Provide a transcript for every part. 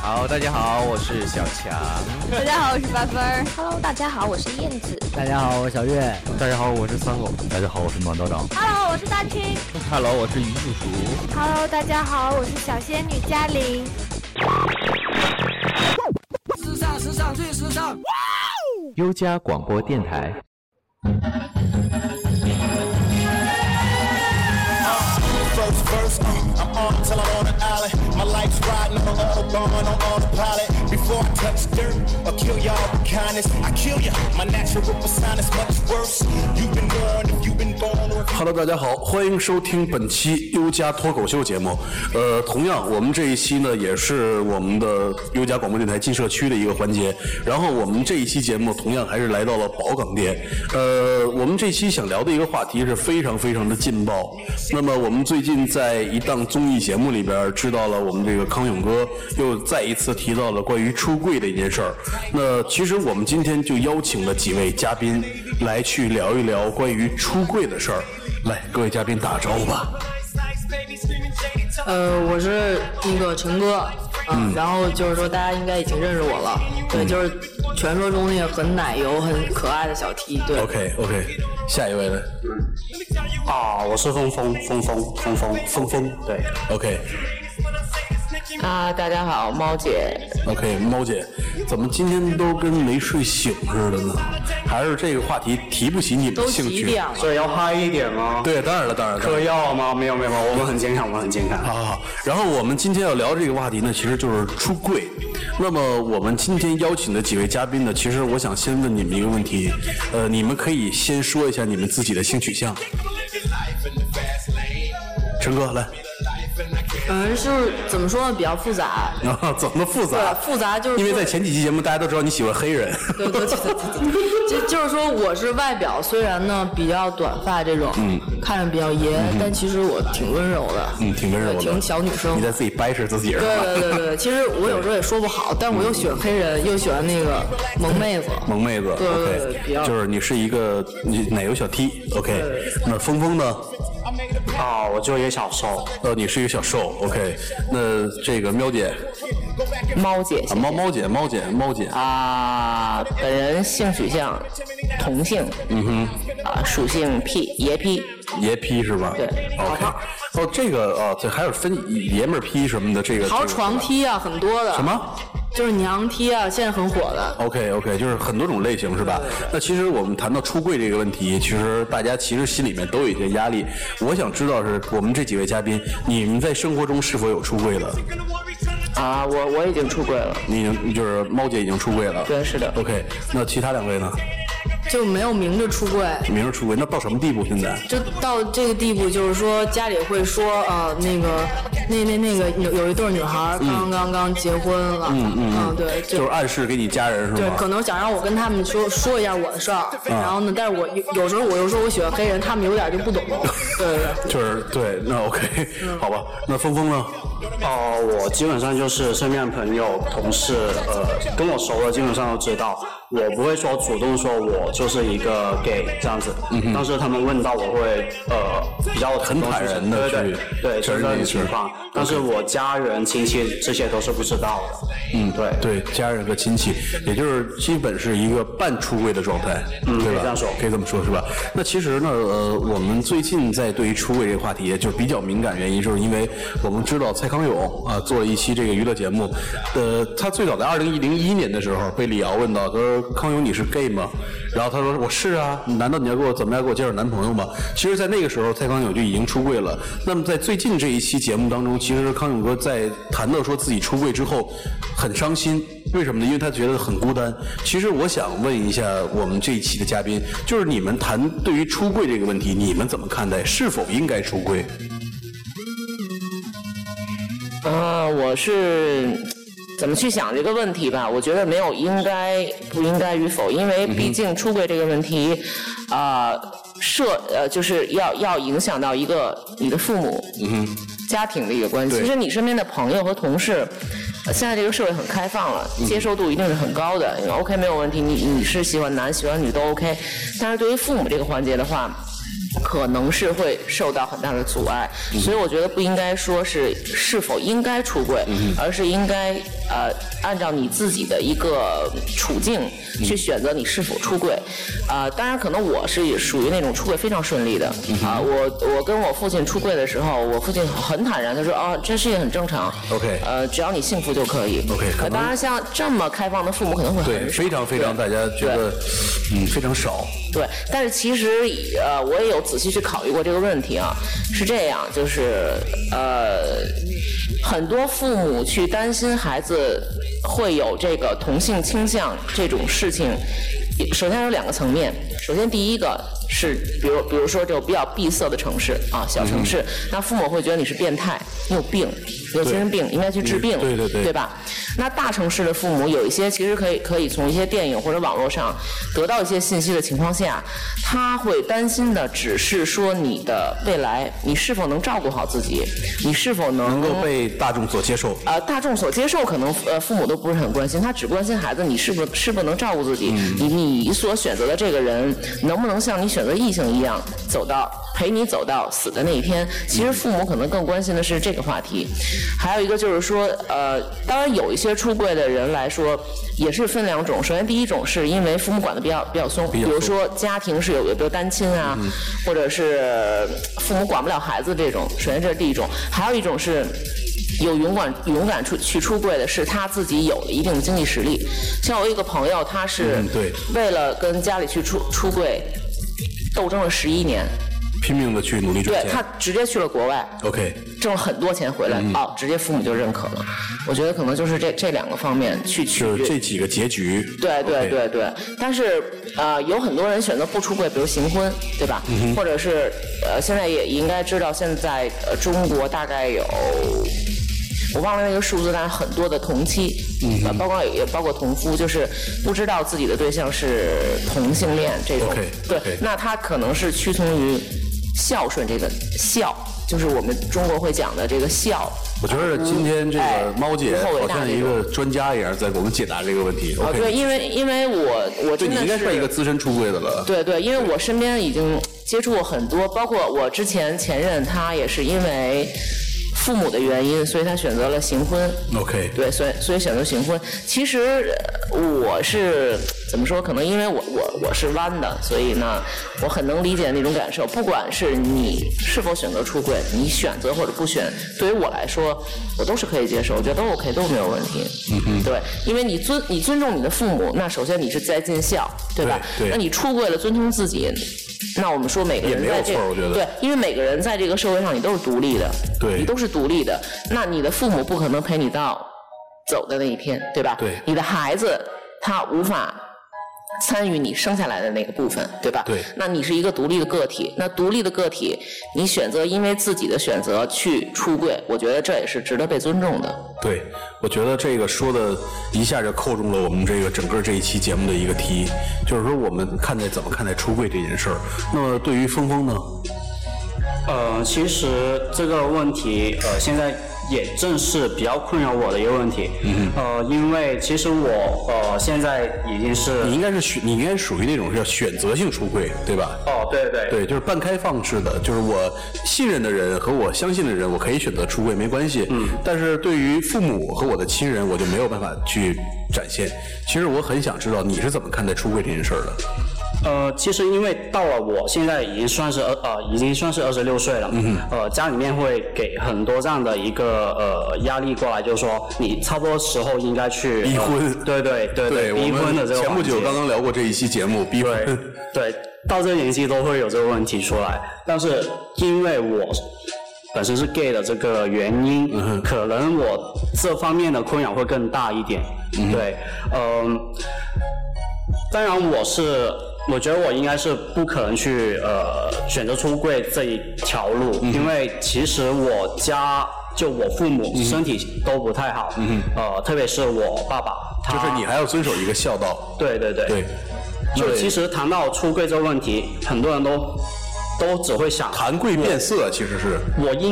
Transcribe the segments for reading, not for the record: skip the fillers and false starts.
好，大家好，我是小强。 大家好，我是八分。 Hello， 大家好，我是燕子。 大家好，我是小月。 大家好，我是三狗。 大家好，我是暖道长。 Hello， 我是大青。 Hello， 我是于叔叔。 Hello， 大家好，我是小仙女嘉玲。 时尚最时尚。 优家广播电台。 First, I'm on till I'm on the island. My life's riding on autobahn, on autopilot. Before I touch dirt or kill y'all with kindness, I kill ya. My natural persona is much worse. You've been warned if you've been born. Hello， 大家好，欢迎收听本期优家脱口秀节目。同样，我们这一期呢也是我们的优家广播电台进社区的一个环节。然后我们这一期节目同样还是来到了宝港店。我们这期想聊的一个话题是非常非常的劲爆。那么我们最近在一档综艺节目里边知道了我们这个康永哥又再一次提到了关于出柜的一件事儿。那其实我们今天就邀请了几位嘉宾来去聊一聊关于出柜的事儿。来，各位嘉宾打招呼吧。 我是那个陈哥，然后就是说大家应该已经认识我了，对，就是传说中那个很奶油、很可爱的小 T， 对。 OK， 下一位呢？ 我是峰峰，对 ，OK。 大家好，猫姐。 OK， 猫姐，怎么今天都跟没睡醒似的呢？还是这个话题提不起你们的兴趣？ 所以要嗨一点吗？ 对，当然了。 嗑药吗？没有，我们很健康， 好。然后我们今天要聊这个话题呢，其实就是出柜。那么我们今天邀请的几位嘉宾呢，其实我想先问你们一个问题，你们可以先说一下你们自己的性取向。陈哥来。 是怎么说呢？比较复杂。 怎么复杂？ 对，复杂就是因为在前几期节目大家都知道你喜欢黑人。 对，就是说我是外表虽然呢比较短发这种，看着比较爷，但其实我挺温柔的， 挺温柔的， 挺小女生。 你在自己掰扯自己是吧？ 对，其实我有时候也说不好，但我又喜欢黑人，又喜欢那个萌妹子。对 ，OK， 就是你是一个奶油小 T，OK。那峰峰呢？ 我就一个小瘦。 你是一个小瘦 ，OK。那这个喵姐， 猫姐猫姐本人性取向同性，属性 P， 爷 P 是吧？ 对 ，OK。这个这还有分爷们儿 P 什么的，这个豪床 T 啊，很多的。 什么？ 就是娘 T 啊，现在很火的。 OK， 就是很多种类型是吧？那其实我们谈到出柜这个问题，其实大家其实心里面都有一些压力。我想知道是我们这几位嘉宾，你们在生活中是否有出柜了？ 我已经出柜了。 你就是猫姐已经出柜了？ 对，是的。 OK， 那其他两位呢？ 就没有明着出柜， 那到什么地步？现在就到这个地步，就是说家里会说那个有一对女孩刚结婚了，对， 就是暗示给你家人是吗？ 对，可能想让我跟他们说一下我的事儿，然后呢，但是我有时候我又说我喜欢黑人，他们有点就不懂，对， 就是对，那 OK， 好吧，那峰峰呢？ 我基本上就是身边的朋友、同事，跟我熟的基本上都知道，我不会说主动说我就是一个 gay 这样子，但是他们问到我会比较很坦然的去对承认情况，但是我家人亲戚这些都是不知道的。 对，家人和亲戚，也就是基本是一个半出柜的状态，对吧？可以这么说，是吧？那其实呢，我们最近在对于出柜这个话题就比较敏感，原因就是因为我们知道蔡康永做了一期这个娱乐节目，他最早在2001年的时候被李敖问到，他说康永你是 gay 吗？然后他说我是啊，难道你要怎么样给我介绍男朋友吗？其实，在那个时候，蔡康永就已经出柜了。那么在最近这一期节目当中，其实康永哥在谈到说自己出柜之后很伤心，为什么呢？因为他觉得很孤单。其实我想问一下我们这一期的嘉宾，就是你们谈对于出柜这个问题，你们怎么看待？是否应该出柜？ 我是怎么去想这个问题吧？我觉得没有应该不应该与否，因为毕竟出柜这个问题，就是要影响到一个你的父母、家庭的一个关系。其实你身边的朋友和同事，现在这个社会很开放了，接受度一定是很高的。OK 没有问题，你是喜欢男喜欢女都 OK， 但是对于父母这个环节的话，可能是会受到很大的阻碍，所以我觉得不应该说是否应该出柜，而是应该按照你自己的一个处境去选择你是否出柜。当然可能我是属于那种出柜非常顺利的我跟我父亲出柜的时候，我父亲很坦然，他说这事情很正常 OK 只要你幸福就可以 OK 当然像这么开放的父母可能会很少， 非常非常大家觉得非常少。 对，但是其实我也有仔细去考虑过这个问题啊，是这样，就是很多父母去担心孩子会有这个同性倾向这种事情，首先有2个层面。首先第一个是比如说这种比较闭塞的城市小城市，那父母会觉得你是变态，你有病，有精神病，应该去治病，对吧？那大城市的父母有一些其实可以从一些电影或者网络上得到一些信息的情况下，他会担心的只是说你的未来，你是否能照顾好自己，你是否能够被大众所接受。 大众所接受可能父母都不是很关心，他只关心孩子你是不是能照顾自己，你所选择的这个人能不能像你选择异性一样陪你走到死的那一天。其实父母可能更关心的是这个话题。还有一个就是说当然有一些出柜的人来说也是分2种。首先第一种是因为父母管得比较松，比如说家庭是有比如单亲或者是父母管不了孩子这种，首先这是第一种。还有一种是有勇敢去出柜的，是他自己有了一定的经济实力。像我一个朋友，他是为了跟家里去出柜斗争了11年， 拼命的去努力赚钱。 对，他直接去了国外 OK 挣了很多钱回来直接父母就认可了。我觉得可能就是这2个方面去就是这几个结局。 对。但是有很多人选择不出柜，比如行婚，对吧？或者是现在也应该知道，现在中国大概有我忘了那个数字，但是很多的同妻包括同夫，就是不知道自己的对象是同性恋这种。对，那他可能是屈从于孝顺这个孝，就是我们中国会讲的这个孝。 我觉得今天这个猫姐好像一个专家一样在给我们解答这个问题。 对，因为我真的是， 你应该是一个资深出柜的了。 对，因为我身边已经接触过很多，包括我之前前任，他也是因为父母的原因，所以他选择了行婚。 OK。 对，所以选择行婚。其实我是怎么说？可能因为我是弯的，所以呢，我很能理解那种感受。不管是你是否选择出柜，你选择或者不选，对于我来说，我都是可以接受，我觉得都 OK， 都没有问题。对，因为你尊重你的父母，那首先你是在尽孝，对吧？对。那你出柜了，遵从自己。那我们说每个人在对，因为每个人在这个社会上你都是独立的，你都是独立的。那你的父母不可能陪你到走的那一天，对吧？对。你的孩子他无法参与你生下来的那个部分，对吧？对。那你是一个独立的个体，那独立的个体，你选择因为自己的选择去出柜，我觉得这也是值得被尊重的。 对，我觉得这个说的一下就扣中了我们这个整个这一期节目的一个题，就是说我们怎么看待出柜这件事儿。那么对于峰峰呢？ 其实这个问题现在也正是比较困扰我的一个问题。因为其实我现在已经是你应该属于那种叫选择性出柜，对吧？ 对， 就是半开放式的，就是我信任的人和我相信的人，我可以选择出柜没关系。但是对于父母和我的亲人，我就没有办法去展现。其实我很想知道你是怎么看待出柜这件事儿的。 其实因为到了我现在已经算是26岁了，家里面会给很多这样的一个压力过来，就是说你差不多时候应该去逼婚。 对，逼婚的这个前不久刚刚聊过这一期节目，逼婚。 对，到这个年纪都会有这个问题出来，但是因为我本身是 gay 的这个原因，可能我这方面的困扰会更大一点。对，当然我觉得我应该是不可能去选择出柜这一条路，因为其实我父母身体都不太好，特别是我爸爸， 就是你还要遵守一个孝道。 对。就其实谈到出柜这个问题，很多人都只会想谈贵变色，其实是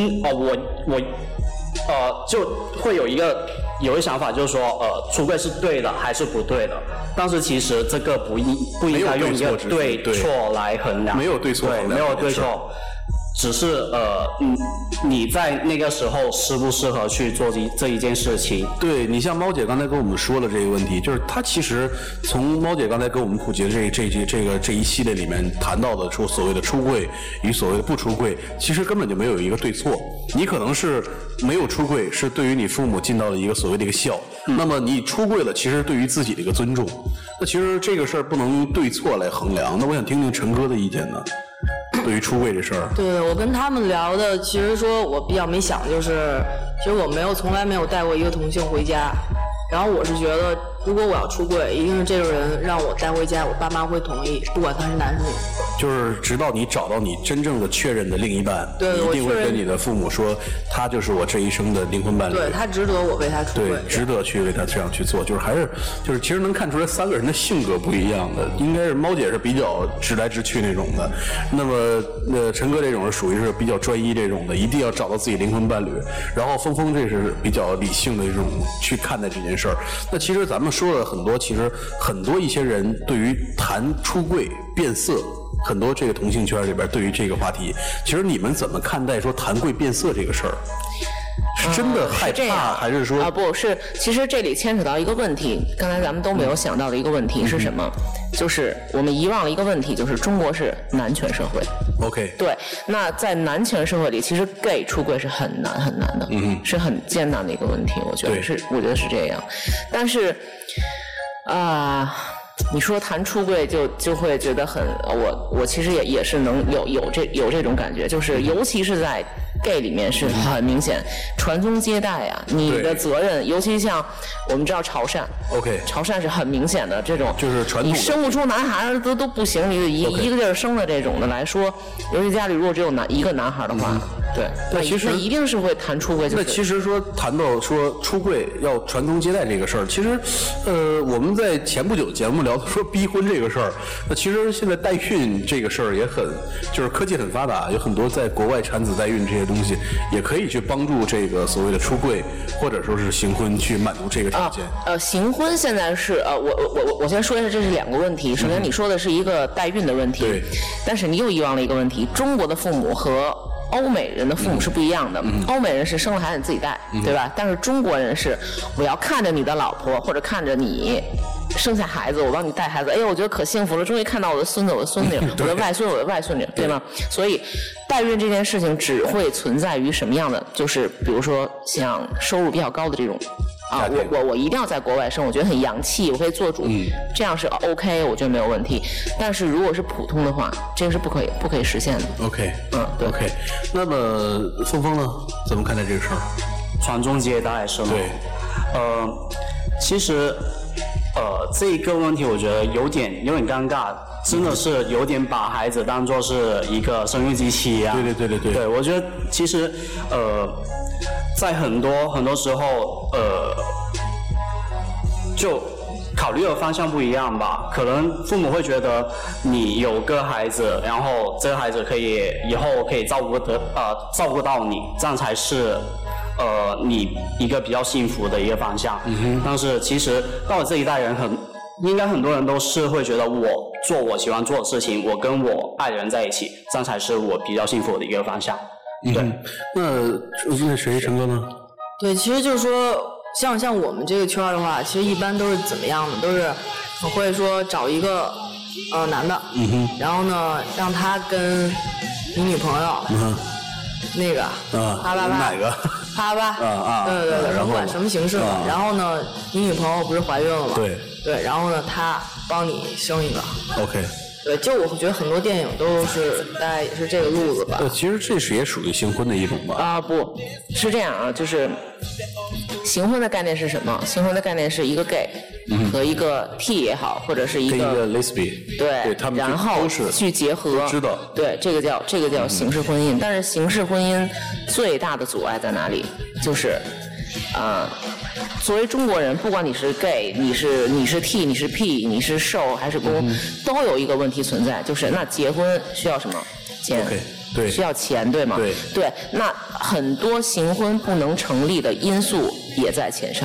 就会有一个想法，就是说出柜是对的还是不对的，但是其实这个不应该用一个对错来衡量， 没有对错衡量， 没有对错。 只是你在那个时候适不适合去做这一件事情？ 对，你像猫姐刚才跟我们说了这个问题，就是她其实从猫姐刚才跟我们普及的这一系列里面谈到的说所谓的出柜与所谓的不出柜，其实根本就没有一个对错。你可能是没有出柜，是对于你父母尽到了一个所谓的一个孝，那么你出柜了，其实对于自己的一个尊重。那其实这个事儿不能用对错来衡量。那我想听听陈哥的意见呢？对于出柜这事儿， 对，我跟他们聊的，其实说我比较没想，就是其实我从来没有带过一个同性回家，然后我是觉得，如果我要出柜，一定是这个人让我带回家，我爸妈会同意，不管他是男是女。 就是直到你找到你真正的确认的另一半， 对， 你一定会跟你的父母说，他就是我这一生的灵魂伴侣。 对，他值得我为他出柜。 对，值得去为他这样去做，就是其实能看出来三个人的性格不一样的，应该是猫姐是比较直来直去那种的，那么陈哥这种是属于是比较专一这种的，一定要找到自己灵魂伴侣。然后峰这是比较理性的这种去看待这件事儿。那其实咱们说了很多，其实很多一些人对于谈出柜变色。很多这个同性圈里边对于这个话题，其实你们怎么看待说谈柜变色这个事儿？是真的害怕，还是说不是？其实这里牵扯到一个问题，刚才咱们都没有想到的一个问题是什么？就是我们遗忘了一个问题，就是中国是男权社会。 OK。 对，那在男权社会里，其实 gay 出柜是很难很难的，是很艰难的一个问题。我觉得是这样，但是你说谈出柜就会觉得很，我其实也是能有这种感觉，就是尤其是在 gay 里面是很明显，传宗接代啊，你的责任，尤其像我们知道潮汕 ，OK， 潮汕是很明显的这种， 就是传统， 你生不出男孩都不行，你一个劲儿生的这种的来说，尤其家里如果只有一个男孩的话，对，那其实一定是会谈出柜。 那其实说谈到说出柜要传宗接代这个事儿，其实我们在前不久节目聊说逼婚这个事儿，那其实现在代孕这个事儿也很，就是科技很发达，有很多在国外产子代孕这些东西，也可以去帮助这个所谓的出柜或者说是行婚去满足这个条件。 行婚现在是我先说一下，这是两个问题。首先你说的是一个代孕的问题， 对， 但是你又遗忘了一个问题，中国的父母和欧美人的父母是不一样的，欧美人是生了孩子自己带，对吧？但是中国人是我要看着你的老婆或者看着你生下孩子，我帮你带孩子，哎呦，我觉得可幸福了，终于看到我的孙子、我的孙女、我的外孙、我的外孙女，对吗？所以代孕这件事情只会存在于什么样的？就是比如说像收入比较高的这种。我一定要在国外生，我觉得很洋气，我可以做主，这样是 OK， 我觉得没有问题。但是如果是普通的话，这个是不可以实现的。 OK， 对。 OK， 那么峰呢？怎么看待这个事儿？ 传宗接代是吗？ 对。 其实这个问题我觉得有点尴尬，真的是有点把孩子当作是一个生育机器一样。 对。 对，我觉得其实在很多时候，就考虑的方向不一样吧。可能父母会觉得你有个孩子，然后这个孩子以后可以照顾到你，这样才是你一个比较幸福的一个方向。但是其实到了这一代人应该很多人都是会觉得我做我喜欢做的事情，我跟我爱的人在一起，这样才是我比较幸福的一个方向。对， 那谁陈哥呢？ 对，其实就是说，像我们这个圈的话，其实一般都是怎么样的？都是我会说找一个男的，然后呢让他跟你女朋友，那个啪啪啪， 哪个？ 啪啪，对， 然后不管什么形式的。然后呢，你女朋友不是怀孕了吗？ 对， 然后呢，他帮你生一个。 OK。 对，就我觉得很多电影都是大概也是这个路子吧。 其实这也属于行婚的一种吧。 不是这样啊，就是行婚的概念是什么？行婚的概念是一个 gay 和一个 T 也好，或者是一个 lesbian， 对， 他们然后去结合， 知道， 对，这个叫形式婚姻。但是形式婚姻最大的阻碍在哪里？就是作为中国人，不管你是 gay， 你是 T， 你是 P， 你是受还是公，都有一个问题存在，就是那结婚需要什么？钱。 对， 需要钱，对吗？ 对， 那很多行婚不能成立的因素也在钱上。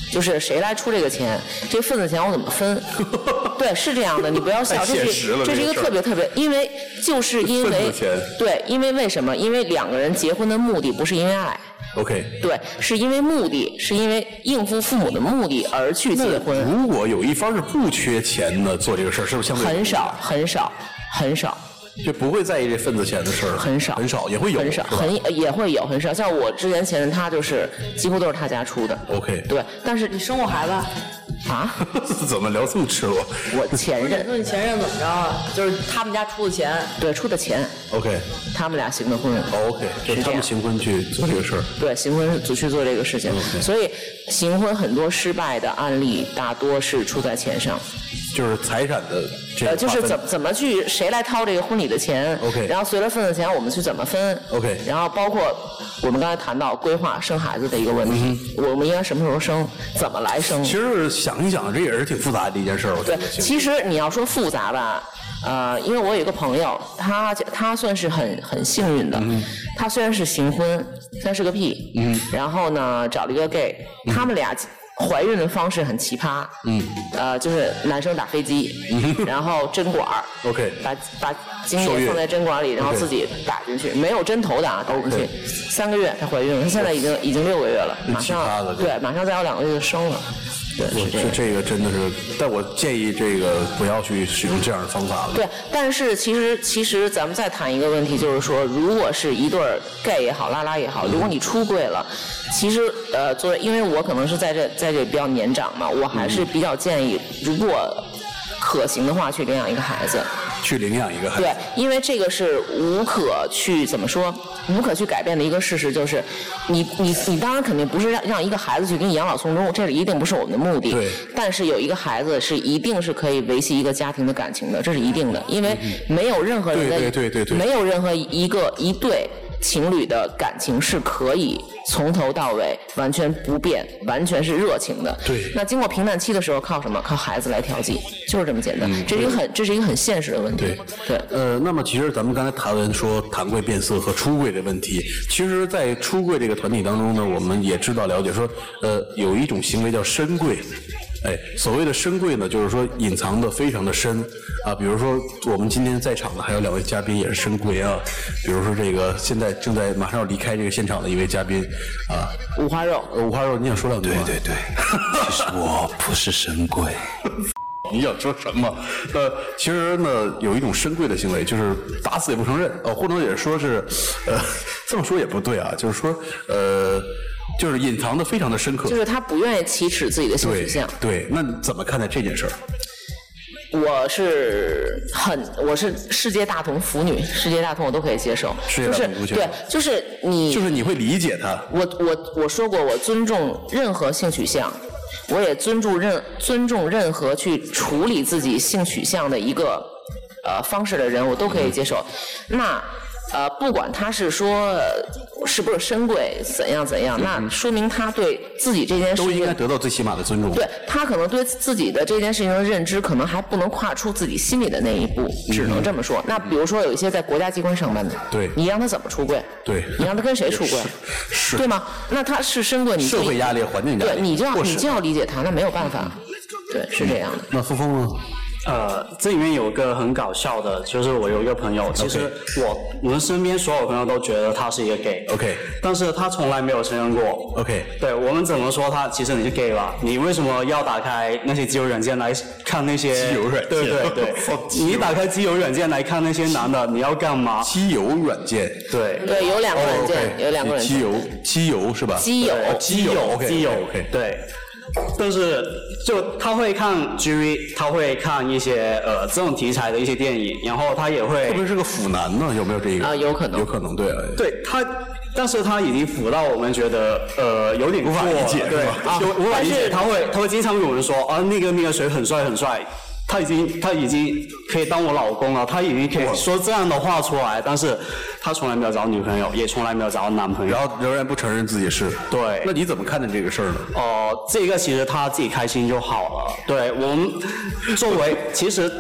就是谁来出这个钱，这份子钱我怎么分？对，是这样的，你不要笑，这是一个特别，因为对，因为为什么？因为两个人结婚的目的不是因为爱。 OK， 对，是因为目的，是因为应付父母的目的而去结婚。 如果有一方是不缺钱的做这个事儿，是不是相对很少？ 就不会在意这份子钱的事儿，很少，也会有， 也会有很少。像我之前前任，他就是几乎都是他家出的。 OK， 对，但是你生过孩子啊？ 怎么聊这么赤裸？ 我前任， 说你前任怎么着啊？就是他们家出的钱， 对，出的钱。 OK， 他们俩行的婚。 OK， 就是他们行婚去做这个事儿。 对，行婚去做这个事情。 Okay， 所以行婚很多失败的案例，大多是出在钱上。 就是财产的这个就是怎么去谁来掏这个婚礼的钱 ，OK， 然后随着份子钱我们去怎么分 ，OK， 然后包括我们刚才谈到规划生孩子的一个问题，我们应该什么时候生，怎么来生？ 其实想一想，这也是挺复杂的一件事儿。 对，其实你要说复杂吧，因为我有一个朋友，他算是很幸运的，他虽然是行婚，但是个屁，然后呢找了一个 gay，他们俩怀孕的方式很奇葩，就是男生打飞机，然后针管 ，OK， 把精液放在针管里，然后自己打进去，没有针头的啊，打进去，3个月她怀孕了，她现在已经6个月了，马上再有2个月就生了。 对，这个真的是，但我建议这个不要去使用这样的方法了。 对，但是其实咱们再谈一个问题，就是说，如果是一对 gay 也好，拉拉也好，如果你出柜了，其实作为，因为我可能是在这比较年长嘛，我还是比较建议，如果可行的话，去领养一个孩子。对，因为这个是无可去改变的一个事实，就是你当然肯定不是让一个孩子去给你养老送终，这里一定不是我们的目的。 对。 但是有一个孩子是一定是可以维系一个家庭的感情的，这是一定的，因为没有任何人的对， 没有任何一对情侣的感情是可以从头到尾完全不变，完全是热情的。 对。 那经过平淡期的时候，靠什么？靠孩子来调剂，就是这么简单。这是一个很现实的问题。对。 那么其实咱们刚才谈柜变色和出柜的问题，其实，在出柜这个团体当中呢，我们也知道了解说，有一种行为叫深柜。所谓的深柜呢，就是说隐藏的非常的深啊。比如说我们今天在场的还有2位嘉宾也是深柜啊。比如说这个现在马上要离开这个现场的一位嘉宾啊， 五花肉， 你想说2句吗？ 对，其实我不是深柜。 你想说什么？其实呢，有一种深柜的行为，就是打死也不承认，或者也说是，这么说也不对啊，就是说，就是隐藏的非常的深刻， 就是他不愿意启齿自己的性取向。 对，那你怎么看待这件事儿？ 我是世界大同腐女，世界大同我都可以接受，就是你会理解他。 我说过，我尊重任何性取向，我也尊重任何去处理自己性取向的一个方式的人，我都可以接受。那不管他是说是不是深柜怎样，那说明他对自己这件事情都应该得到最起码的尊重。 对，他可能对自己的这件事情的认知，可能还不能跨出自己心里的那一步，只能这么说。那比如说有一些在国家机关上班的， 对， 你让他怎么出柜？ 对， 你让他跟谁出柜？ 是， 对吗？那他是深柜，你社会压力、环境压力， 对，你就要理解他，那没有办法。对，是这样的。 那峰峰呢？ 这里面有个很搞笑的，就是我有一个朋友，其实我们身边所有朋友都觉得他是一个 gay， 但是他从来没有承认过。对，我们怎么说他？其实你是 gay 吧？你为什么要打开那些基友软件来看那些？ 基友软件。 对，你打开基友软件来看那些男的，你要干嘛？ 基友软件。 对，有2个软件，有2个软件。 基友是吧？ 基友。 对。但是就他会看 GV， 他会看一些这种题材的一些电影，然后他也会不会是个腐男呢？有没有这个？ 有可能， 对他，但是他已经腐到我们觉得有点无法理解， 对，无法理解。他会经常跟我们说那个谁很帅，他已经可以当我老公了，他已经可以说这样的话出来，但是他从来没有找女朋友，也从来没有找男朋友， 然后仍然不承认自己是。 对， 那你怎么看待这个事儿呢？ 这个其实他自己开心就好了。对，我们作为其实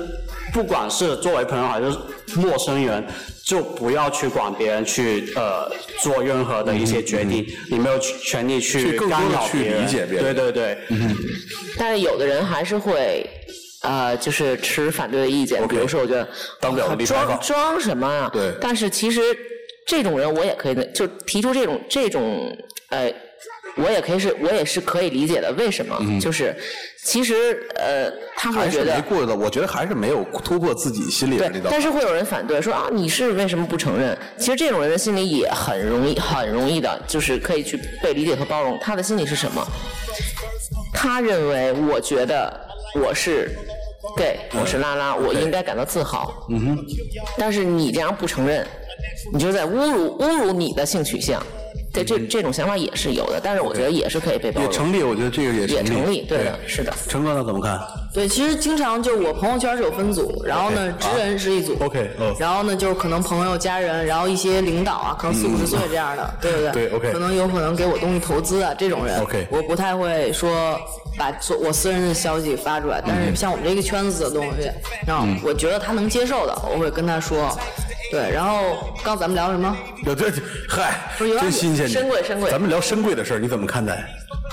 不管是作为朋友还是陌生人，就不要去管别人去做任何的一些决定，你没有权利去干扰别人， 去理解别人。 对对对。 但是有的人还是会。就是持反对的意见，比如说我觉得当不了立牌坊装什么啊？ 对。 但是其实这种人我也可以就提出这种我也是可以理解的。为什么？就是其实他会觉得还是没过的，我觉得还是没有突破自己心里的那道。 但是会有人反对说啊，你是为什么不承认？其实这种人的心里也很容易的，就是可以去被理解和包容。他的心里是什么？他认为，我觉得我是 gay， 我是拉拉，我应该感到自豪。但是你这样不承认，你就在侮辱你的性取向。对，这种想法也是有的，但是我觉得也是可以被包容。 也成立，我觉得这个也成立。对的，是的。 陈哥呢怎么看？ 对，其实经常就我朋友圈是有分组，然后呢，直人是一组 ，OK， 然后呢，就是可能朋友、家人，然后一些领导啊，可能40-50岁这样的，对不对？ 对 ，OK， 可能有可能给我东西投资啊，这种人 ，OK， 我不太会说把我私人的消息发出来，但是像我们这个圈子的东西，然后我觉得他能接受的，我会跟他说。对，然后刚咱们聊什么？ 对，嗨，真新鲜！ 深柜， 咱们聊深柜的事儿，你怎么看待？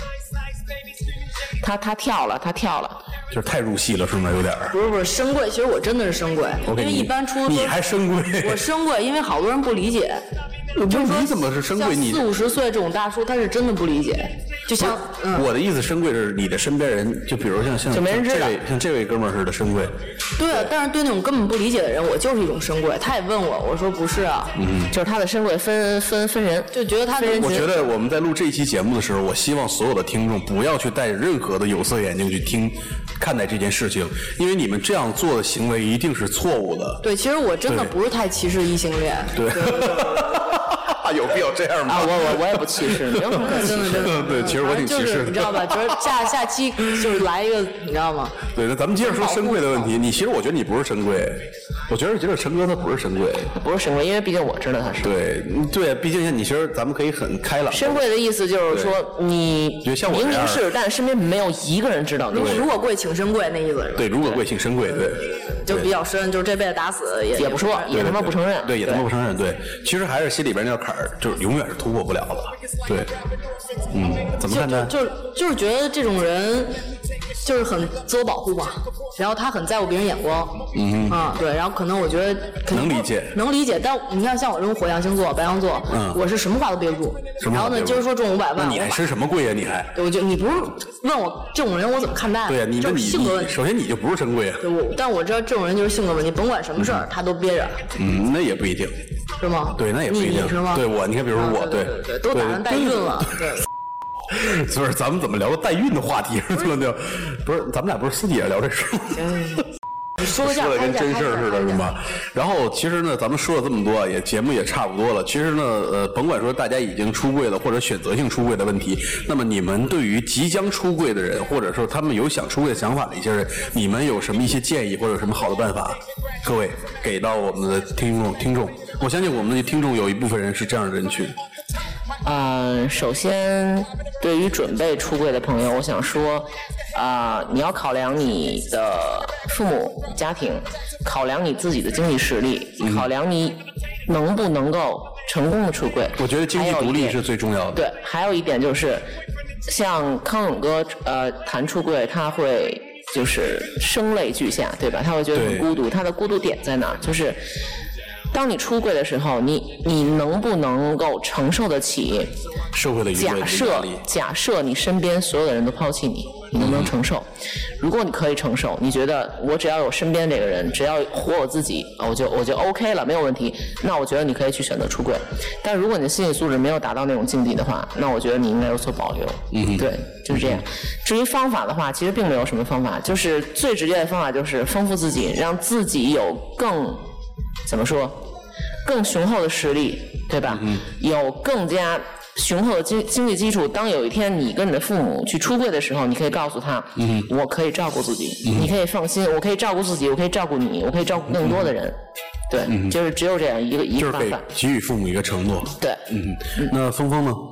他跳了， 就是太入戏了，是吗？有点儿。 不是深柜，其实我真的是深柜，因为一般出你还深柜？ 我深柜，因为好多人不理解。 就是你怎么是深柜？你 40-50岁这种大叔，他是真的不理解。就像我的意思，深柜是你的身边人，就比如像这位哥们儿似的深柜。 对啊，但是对那种根本不理解的人，我就是一种深柜。他也问我，我说不是啊， 就是他的深柜分人， 就觉得他我觉得我们在录这一期节目的时候，我希望所有的听众不要去带着任何的有色眼镜去看待这件事情，因为你们这样做的行为一定是错误的。 对，其实我真的不是太歧视异性恋。 对。有必要这样吗？ 啊，我也不歧视，没有什么可歧视的。 对，其实我挺歧视的， 你知道吧？就是下期就是来一个，你知道吗？ 对，那咱们接着说深柜的问题。其实我觉得你不是深柜，我觉得陈哥他不是深柜， 不是深柜，因为毕竟我知道他是。 对，毕竟你其实咱们可以很开朗。 深柜的意思就是说，你明明是，但身边没有一个人知道你。 如果贵请深柜那意思是吧？ 对，如果贵请深柜，对。 就比较深，就是这辈子打死也不说，也他妈不承认。 对，也他妈不承认。对，其实还是心里边那坎儿，就是永远是突破不了的。对，怎么看待？ 就是觉得这种人就是很自我保护嘛，然后他很在乎别人眼光。对，然后可能我觉得能理解， 但你看像我这种火象星座、白羊座，我是什么话都憋不住。然后呢，今儿说中500万， 那你还吃什么贵呀？你还？ 对，你不是问我这种人我怎么看待？ 对呀，你性格问题。 首先你就不是深贵啊。 对，但我知道这种人就是性格问题，甭管什么事儿他都憋着。 那也不一定。 是吗？ 对，那也不一定。 你是吗？ 对我，你看，比如说我， 对，都打算代孕了。对。 所以咱们怎么聊到代孕的话题上了呢？不是，咱们俩不是私底下聊这事吗？ 说的跟真事儿似的，是吗？然后其实呢，咱们说了这么多，节目也差不多了。其实呢，甭管说大家已经出柜了，或者选择性出柜的问题，那么你们对于即将出柜的人，或者说他们有想出柜的想法的一些人，你们有什么一些建议，或者有什么好的办法？各位给到我们的听众，我相信我们的听众有一部分人是这样的人群。 首先，对于准备出柜的朋友，我想说，你要考量你的父母家庭，考量你自己的经济实力，考量你能不能够成功的出柜。 我觉得经济独立是最重要的。 对，还有一点就是，像康永哥谈出柜，他会就是声泪俱下，对吧？他会觉得很孤独，他的孤独点在哪儿？就是当你出柜的时候，你能不能够承受得起社会的舆论的压力？ 假设你身边所有的人都抛弃你，你能不能承受？如果你可以承受，你觉得我只要有身边这个人，只要活我自己，我就 OK 了，没有问题。那我觉得你可以去选择出柜。但如果你的心理素质没有达到那种境地的话，那我觉得你应该有所保留。对，就是这样。至于方法的话，其实并没有什么方法，就是最直接的方法就是丰富自己，让自己有怎么说？更雄厚的实力，对吧？有更加雄厚的经济基础。当有一天你跟你的父母去出柜的时候，你可以告诉他，我可以照顾自己，你可以放心，我可以照顾自己，我可以照顾你，我可以照顾更多的人。对，就是只有这样一个办法， 就是给予父母一个承诺。 对， 那峰峰呢？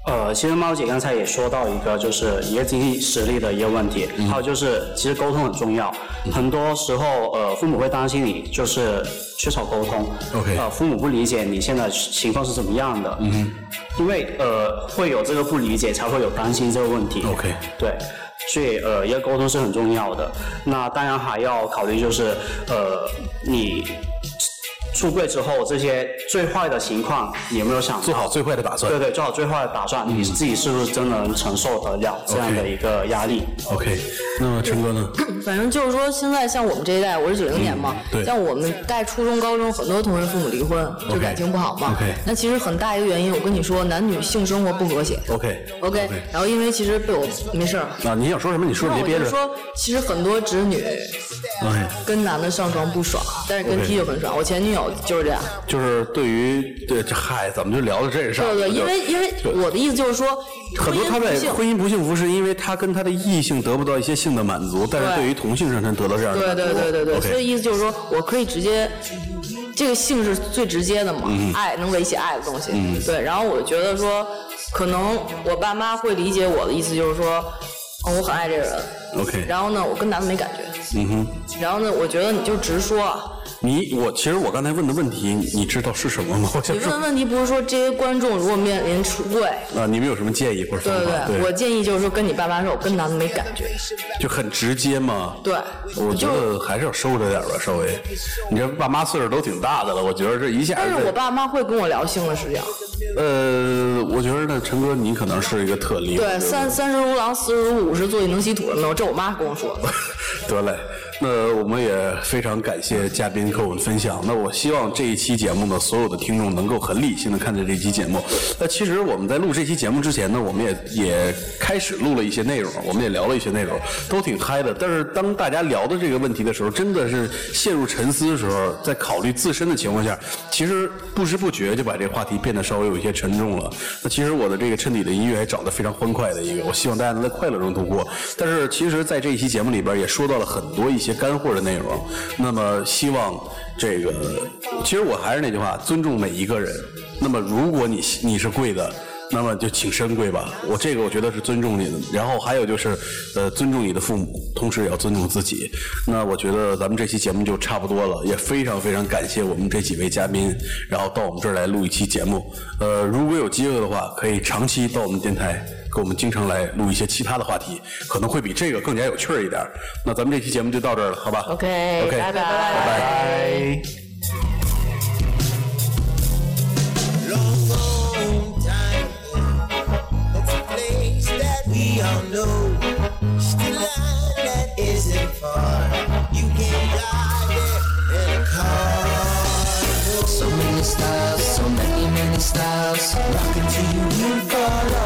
其实猫姐刚才也说到一个，就是一个经济实力的一个问题，还有就是其实沟通很重要。很多时候，父母会担心你就是缺少沟通。 OK。 父母不理解你现在情况是怎么样的。因为会有这个不理解，才会有担心这个问题。 OK。 对。所以一个沟通是很重要的。那当然还要考虑就是你出柜之后，这些最坏的情况，你有没有想做好最坏的打算？ 对，做好最坏的打算，你自己是不是真的能承受得了这样的一个压力 ？OK， 那么陈哥呢？ 反正就是说，现在像我们这一代，我是90年嘛，像我们带初中、高中，很多同学父母离婚，就感情不好嘛。那其实很大一个原因，我跟你说，男女性生活不和谐。 OK， 然后因为其实被我没事。 你想说什么？你说别憋着。 我就说，其实很多直女跟男的上床不爽，但是跟 T 就很爽。我前女友就是这样。 就是对于怎么就聊到这个上？ 对，因为我的意思就是说， 很多他在婚姻不幸福，是因为他跟他的异性得不到一些性的满足，但是对于同性上他得到这样的满足。 对，所以意思就是说我可以直接，这个性是最直接的嘛，爱能维系爱的东西。对，然后我觉得说，可能我爸妈会理解我的意思，就是说，我很爱这个人。 OK。 然后呢，我跟男的没感觉。然后呢，我觉得你就直说啊。 其实我刚才问的问题，你知道是什么吗？ 你问的问题不是说这些观众如果面临出柜你们有什么建议或者方法？ 对，我建议就是说跟你爸妈说，我跟男的没感觉， 就很直接嘛。 对， 我觉得还是要收着点吧，稍微。你这爸妈岁数都挺大的了，我觉得这一下。 但是我爸妈会跟我聊性的事情。 我觉得呢，陈哥你可能是一个特例。 对，30如狼，40如50，坐地能吸土的没有？这我妈跟我说的。 得嘞。那我们也非常感谢嘉宾跟我们分享。那我希望这一期节目呢，所有的听众能够很理性的看待这期节目。那其实我们在录这期节目之前呢，我们也开始录了一些内容，我们也聊了一些内容，都挺嗨的。但是当大家聊的这个问题的时候，真的是陷入沉思的时候，在考虑自身的情况下，其实不知不觉就把这个话题变得稍微有一些沉重了。那其实我的这个衬底的音乐还找得非常欢快的一个，我希望大家能在快乐中度过。但是其实在这一期节目里边也说到了很多一些干货的内容，那么希望这个，其实我还是那句话，尊重每一个人。那么如果你是贵的，那么就请深贵吧。我觉得是尊重你的。然后还有就是尊重你的父母，同时也要尊重自己。那我觉得咱们这期节目就差不多了，也非常非常感谢我们这几位嘉宾，然后到我们这儿来录一期节目。如果有机会的话，可以长期到我们电台，跟我们经常来录一些其他的话题，可能会比这个更加有趣一点。那咱们这期节目就到这儿了，好吧 ？OK， 拜拜。 We all know the line that isn't far. You can drive it in a car. So many styles, so many styles. Rockin' to you, you fall